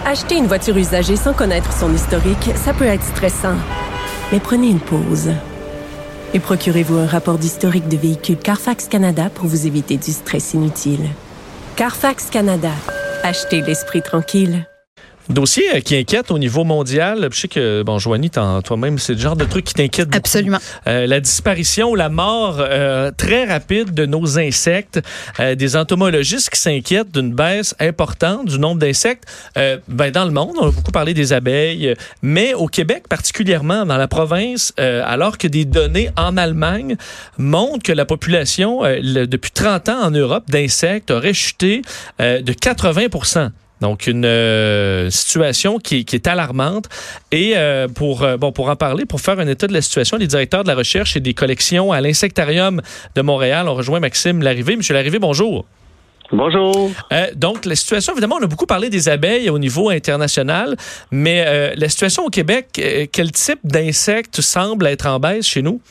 Acheter une voiture usagée sans connaître son historique, ça peut être stressant. Mais prenez une pause. Et procurez-vous un rapport d'historique de véhicule Carfax Canada pour vous éviter du stress inutile. Carfax Canada. Achetez l'esprit tranquille. Dossier qui inquiète au niveau mondial. Je sais que, Joanie, toi-même, c'est le genre de truc qui t'inquiète beaucoup. Absolument. La disparition ou la mort très rapide de nos insectes. Des entomologistes qui s'inquiètent d'une baisse importante du nombre d'insectes dans le monde. On a beaucoup parlé des abeilles, mais au Québec, particulièrement dans la province, alors que des données en Allemagne montrent que la population, depuis 30 ans en Europe, d'insectes aurait chuté de 80%. Donc, une situation qui est alarmante. Et pour en parler, pour faire un état de la situation, les directeurs de la recherche et des collections à l'Insectarium de Montréal ont rejoint Maxime Larrivée. Monsieur Larrivée, bonjour. Bonjour. Donc, la situation, évidemment, on a beaucoup parlé des abeilles au niveau international, mais la situation au Québec, quel type d'insectes semble être en baisse chez nous?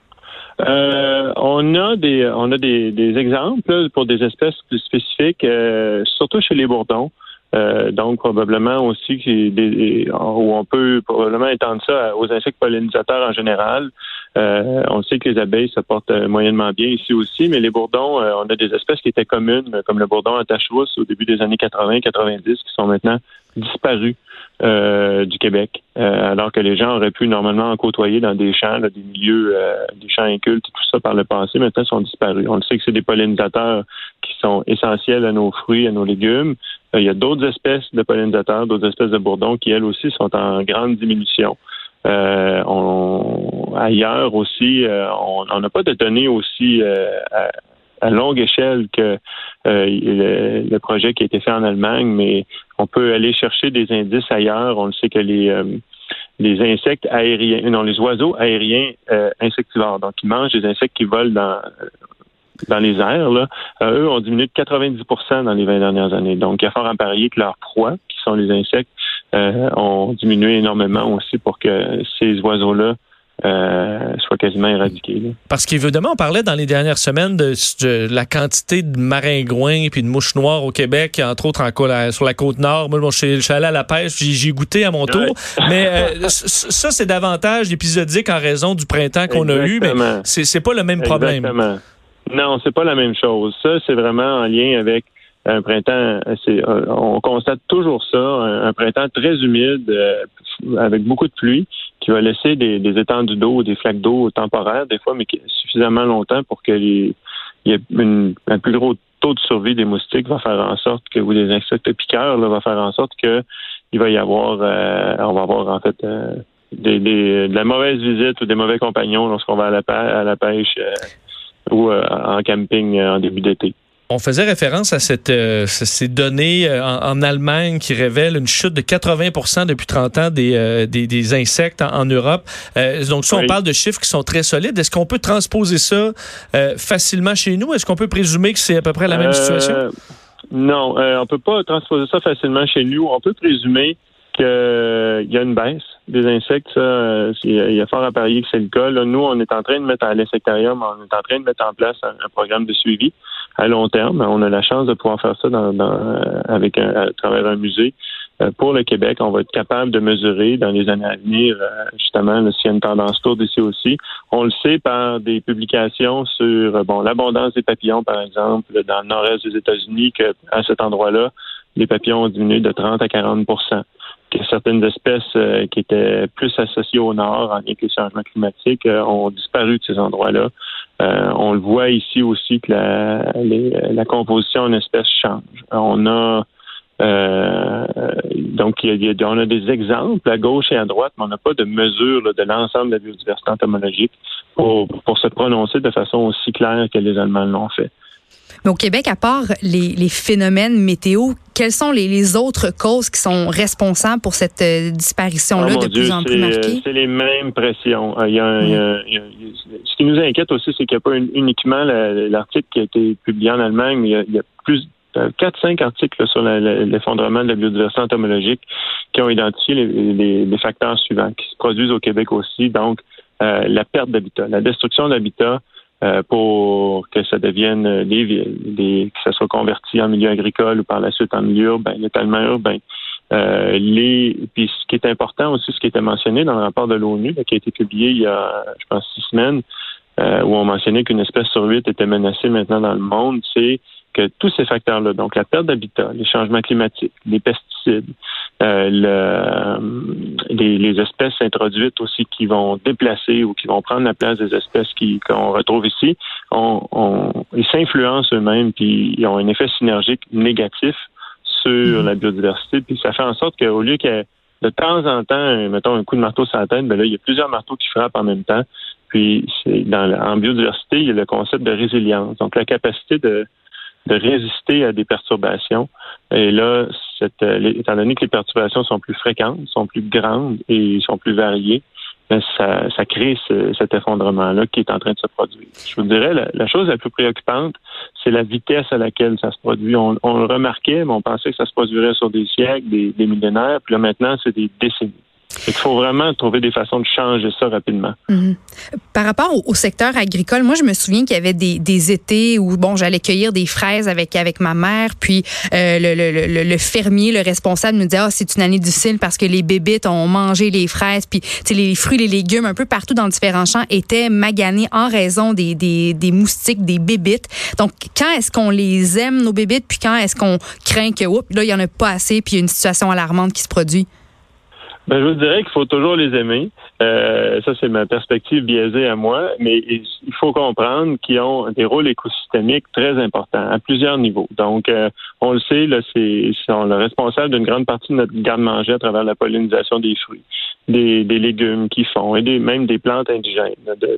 On a des exemples là, pour des espèces plus spécifiques, surtout chez les bourdons. Donc, probablement aussi où on peut probablement étendre ça aux insectes pollinisateurs en général. On sait que les abeilles se portent moyennement bien ici aussi, mais les bourdons, on a des espèces qui étaient communes, comme le bourdon à tache rousse au début des années 80-90, qui sont maintenant disparues du Québec, alors que les gens auraient pu normalement en côtoyer dans des champs, là, des milieux, des champs incultes, tout ça par le passé, maintenant sont disparus. On le sait que c'est des pollinisateurs qui sont essentiels à nos fruits, à nos légumes. Il y a d'autres espèces de pollinisateurs, d'autres espèces de bourdons qui, elles aussi, sont en grande diminution. Ailleurs aussi, on n'a pas de données aussi à longue échelle que le projet qui a été fait en Allemagne, mais on peut aller chercher des indices ailleurs. On le sait que les insectes aériens, les oiseaux aériens insectivores, donc qui mangent des insectes qui volent dans les airs, là, eux ont diminué de 90% dans les 20 dernières années. Donc, il y a fort à parier que leurs proies, qui sont les insectes, ont diminué énormément aussi pour que ces oiseaux-là soit quasiment éradiqué. Là. Parce qu'évidemment, on parlait dans les dernières semaines de la quantité de maringouins puis de mouches noires au Québec, entre autres sur la Côte-Nord. Moi, je suis allé à la pêche, j'ai goûté à mon tour. Ouais. Mais ça, c'est davantage épisodique en raison du printemps qu'on a eu, mais c'est pas le même problème. Exactement. Non, c'est pas la même chose. Ça, c'est vraiment en lien avec un printemps. On constate toujours ça, un printemps très humide, avec beaucoup de pluie, qui va laisser des étendues d'eau, des flaques d'eau temporaires, des fois, mais suffisamment longtemps pour qu'il y ait un plus gros taux de survie des moustiques va faire en sorte ou des insectes piqueurs là, va faire en sorte que il va y avoir, on va avoir en fait de la mauvaise visite ou des mauvais compagnons lorsqu'on va à la pêche ou en camping en début d'été. On faisait référence à ces données en Allemagne qui révèlent une chute de 80% depuis 30 ans des insectes en Europe. Donc ça, on parle de chiffres qui sont très solides. Est-ce qu'on peut transposer ça facilement chez nous? Est-ce qu'on peut présumer que c'est à peu près la même situation? Non, on peut pas transposer ça facilement chez nous. On peut présumer qu'il y a une baisse des insectes. Ça, il y a fort à parier que c'est le cas. Là, nous, on est en train de mettre à l'Insectarium, on est en train de mettre en place un programme de suivi à long terme. On a la chance de pouvoir faire ça à travers un musée. Pour le Québec, on va être capable de mesurer dans les années à venir, justement, s'il y a une tendance lourde ici aussi. On le sait par des publications sur l'abondance des papillons, par exemple, dans le nord-est des États-Unis, qu'à cet endroit-là, les papillons ont diminué de 30 à 40%. Que certaines espèces qui étaient plus associées au nord, en lien avec les changements climatiques, ont disparu de ces endroits-là. On le voit ici aussi que la composition en espèces change. On a donc on a des exemples à gauche et à droite, mais on n'a pas de mesure de l'ensemble de la biodiversité entomologique pour se prononcer de façon aussi claire que les Allemands l'ont fait. Mais au Québec, à part les phénomènes météo, quelles sont les autres causes qui sont responsables pour cette disparition-là de plus en plus marquée? C'est les mêmes pressions. Ce qui nous inquiète aussi, c'est qu'il n'y a pas uniquement l'article qui a été publié en Allemagne, mais il y a plus 4-5 articles sur l'effondrement de la biodiversité entomologique qui ont identifié les facteurs suivants qui se produisent au Québec aussi. Donc, la perte d'habitat, la destruction d'habitat, pour que ça devienne des villes, que ça soit converti en milieu agricole ou par la suite en milieu urbain, l'étalement urbain. Puis ce qui est important aussi, ce qui était mentionné dans le rapport de l'ONU, qui a été publié il y a, je pense, 6 semaines, où on mentionnait qu'une espèce sur 8 était menacée maintenant dans le monde, c'est que tous ces facteurs-là, donc la perte d'habitat, les changements climatiques, les pesticides, les espèces introduites aussi qui vont déplacer ou qui vont prendre la place des espèces qu'on retrouve ici, ils s'influencent eux-mêmes puis ils ont un effet synergique négatif sur la biodiversité. Puis ça fait en sorte qu'au lieu qu'il y ait de temps en temps, mettons, un coup de marteau sur la tête, ben là, il y a plusieurs marteaux qui frappent en même temps. Puis en biodiversité, il y a le concept de résilience, donc la capacité de résister à des perturbations. Et là, étant donné que les perturbations sont plus fréquentes, sont plus grandes et sont plus variées, ça crée cet effondrement-là qui est en train de se produire. Je vous dirais, la chose la plus préoccupante, c'est la vitesse à laquelle ça se produit. On le remarquait, mais on pensait que ça se produirait sur des siècles, des millénaires, puis là maintenant, c'est des décennies. Il faut vraiment trouver des façons de changer ça rapidement. Mm-hmm. Par rapport au secteur agricole, moi, je me souviens qu'il y avait des étés où, j'allais cueillir des fraises avec ma mère, puis le fermier, le responsable, nous disait, c'est une année difficile parce que les bébites ont mangé les fraises, puis les fruits, les légumes, un peu partout dans différents champs, étaient maganés en raison des moustiques, des bébites. Donc, quand est-ce qu'on les aime, nos bébites, puis quand est-ce qu'on craint que, là, il y en a pas assez, puis il y a une situation alarmante qui se produit? Je vous dirais qu'il faut toujours les aimer. Ça, c'est ma perspective biaisée à moi, mais il faut comprendre qu'ils ont des rôles écosystémiques très importants à plusieurs niveaux. Donc, on le sait, là, ils sont le responsable d'une grande partie de notre garde-manger à travers la pollinisation des fruits, des légumes qu'ils font et même des plantes indigènes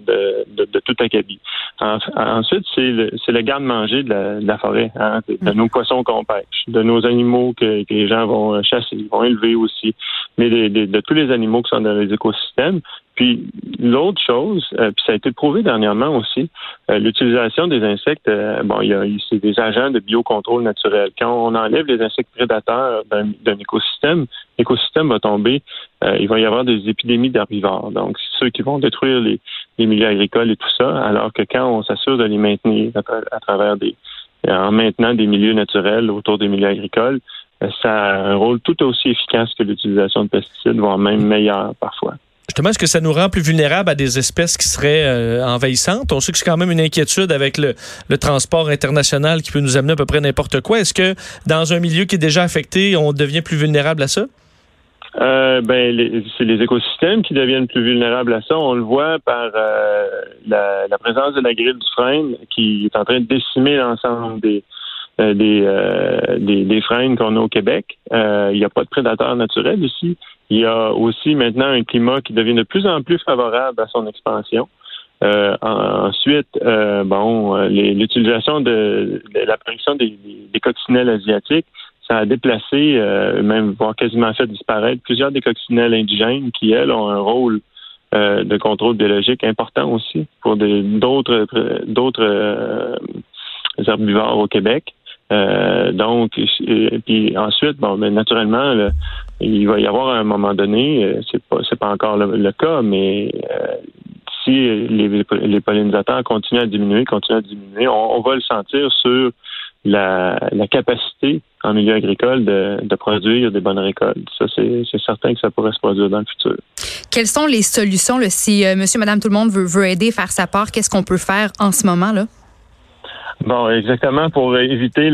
de tout acabit. Ensuite, c'est le garde-manger de la forêt, de nos poissons qu'on pêche, de nos animaux que les gens vont chasser, vont élever aussi, mais de tous les animaux qui sont dans les écosystèmes. Puis l'autre chose, puis ça a été prouvé dernièrement aussi, l'utilisation des insectes, c'est des agents de biocontrôle naturel. Quand on enlève les insectes prédateurs d'un écosystème, l'écosystème va tomber, il va y avoir des épidémies d'herbivores. Donc, c'est ceux qui vont détruire les milieux agricoles et tout ça, alors que quand on s'assure de les maintenir à travers en maintenant des milieux naturels autour des milieux agricoles, ça a un rôle tout aussi efficace que l'utilisation de pesticides, voire même meilleur parfois. Justement, est-ce que ça nous rend plus vulnérables à des espèces qui seraient envahissantes? On sait que c'est quand même une inquiétude avec le transport international qui peut nous amener à peu près n'importe quoi. Est-ce que dans un milieu qui est déjà affecté, on devient plus vulnérable à ça? C'est les écosystèmes qui deviennent plus vulnérables à ça. On le voit par la présence de la grille du frêne qui est en train de décimer l'ensemble des frênes qu'on a au Québec. Il n'y a pas de prédateurs naturels ici. Il y a aussi maintenant un climat qui devient de plus en plus favorable à son expansion. Ensuite, l'utilisation de l'apparition des coccinelles asiatiques, ça a déplacé, même voire quasiment fait disparaître plusieurs des coccinelles indigènes qui, elles, ont un rôle de contrôle biologique important aussi pour d'autres herbivores au Québec. Puis ensuite, naturellement, il va y avoir à un moment donné, c'est pas encore le cas, mais si les pollinisateurs continuent à diminuer, on va le sentir sur la capacité en milieu agricole de produire des bonnes récoltes. Ça, c'est certain que ça pourrait se produire dans le futur. Quelles sont les solutions là, si monsieur, madame, tout le monde veut aider, faire sa part? Qu'est-ce qu'on peut faire en ce moment là? Bon, exactement, pour éviter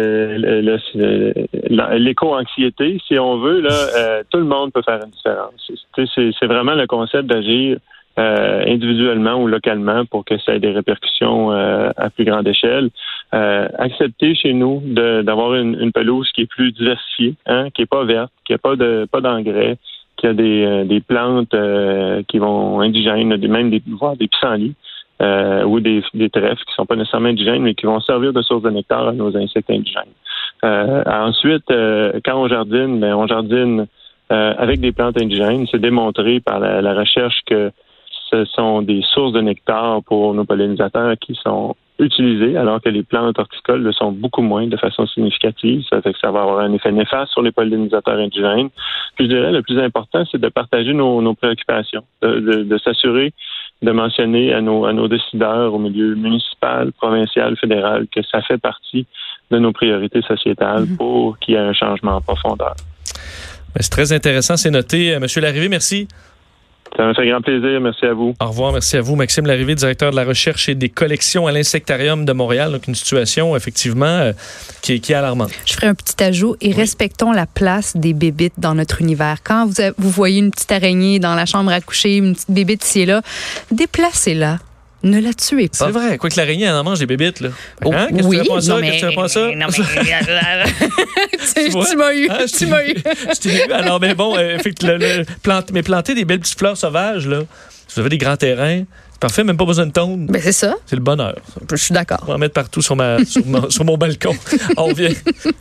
l'éco-anxiété, si on veut, là, tout le monde peut faire une différence. C'est vraiment le concept d'agir individuellement ou localement pour que ça ait des répercussions à plus grande échelle. Accepter chez nous d'avoir une pelouse qui est plus diversifiée, qui est pas verte, qui a pas d'engrais, qui a des plantes qui vont indigènes, voire des pissenlits. Ou des trèfles qui sont pas nécessairement indigènes, mais qui vont servir de source de nectar à nos insectes indigènes. Ensuite, quand on jardine avec des plantes indigènes. C'est démontré par la recherche que ce sont des sources de nectar pour nos pollinisateurs qui sont utilisées, alors que les plantes horticoles le sont beaucoup moins de façon significative. Ça fait que ça va avoir un effet néfaste sur les pollinisateurs indigènes. Puis je dirais, le plus important, c'est de partager nos préoccupations, de s'assurer de mentionner à nos décideurs au milieu municipal, provincial, fédéral, que ça fait partie de nos priorités sociétales pour qu'il y ait un changement en profondeur. Ben, c'est très intéressant, c'est noté. Monsieur Larrivée, merci. Ça m'a fait grand plaisir. Merci à vous. Au revoir, merci à vous. Maxime Larrivée, directeur de la recherche et des collections à l'Insectarium de Montréal. Donc, une situation, effectivement, qui est alarmante. Je ferai un petit ajout et respectons la place des bébites dans notre univers. Quand vous voyez une petite araignée dans la chambre à coucher, une petite bébite ici et là, déplacez-la. Ne la tuez pas. C'est vrai. Quoique l'araignée, elle en mange des bébites, là. Hein? Qu'est-ce que Oui, tu réponds à ça? non, mais... Qu'est-ce que tu réponds à ça? Non, mais... tu m'as eu. Ah, tu m'as eu. Je t'ai eu. Alors, mais bon, mais planter des belles petites fleurs sauvages, là. Si vous avez des grands terrains, c'est parfait, même pas besoin de tonde. Ben, c'est ça. C'est le bonheur. Ça. Je suis d'accord. On va en mettre partout sur mon balcon. On revient.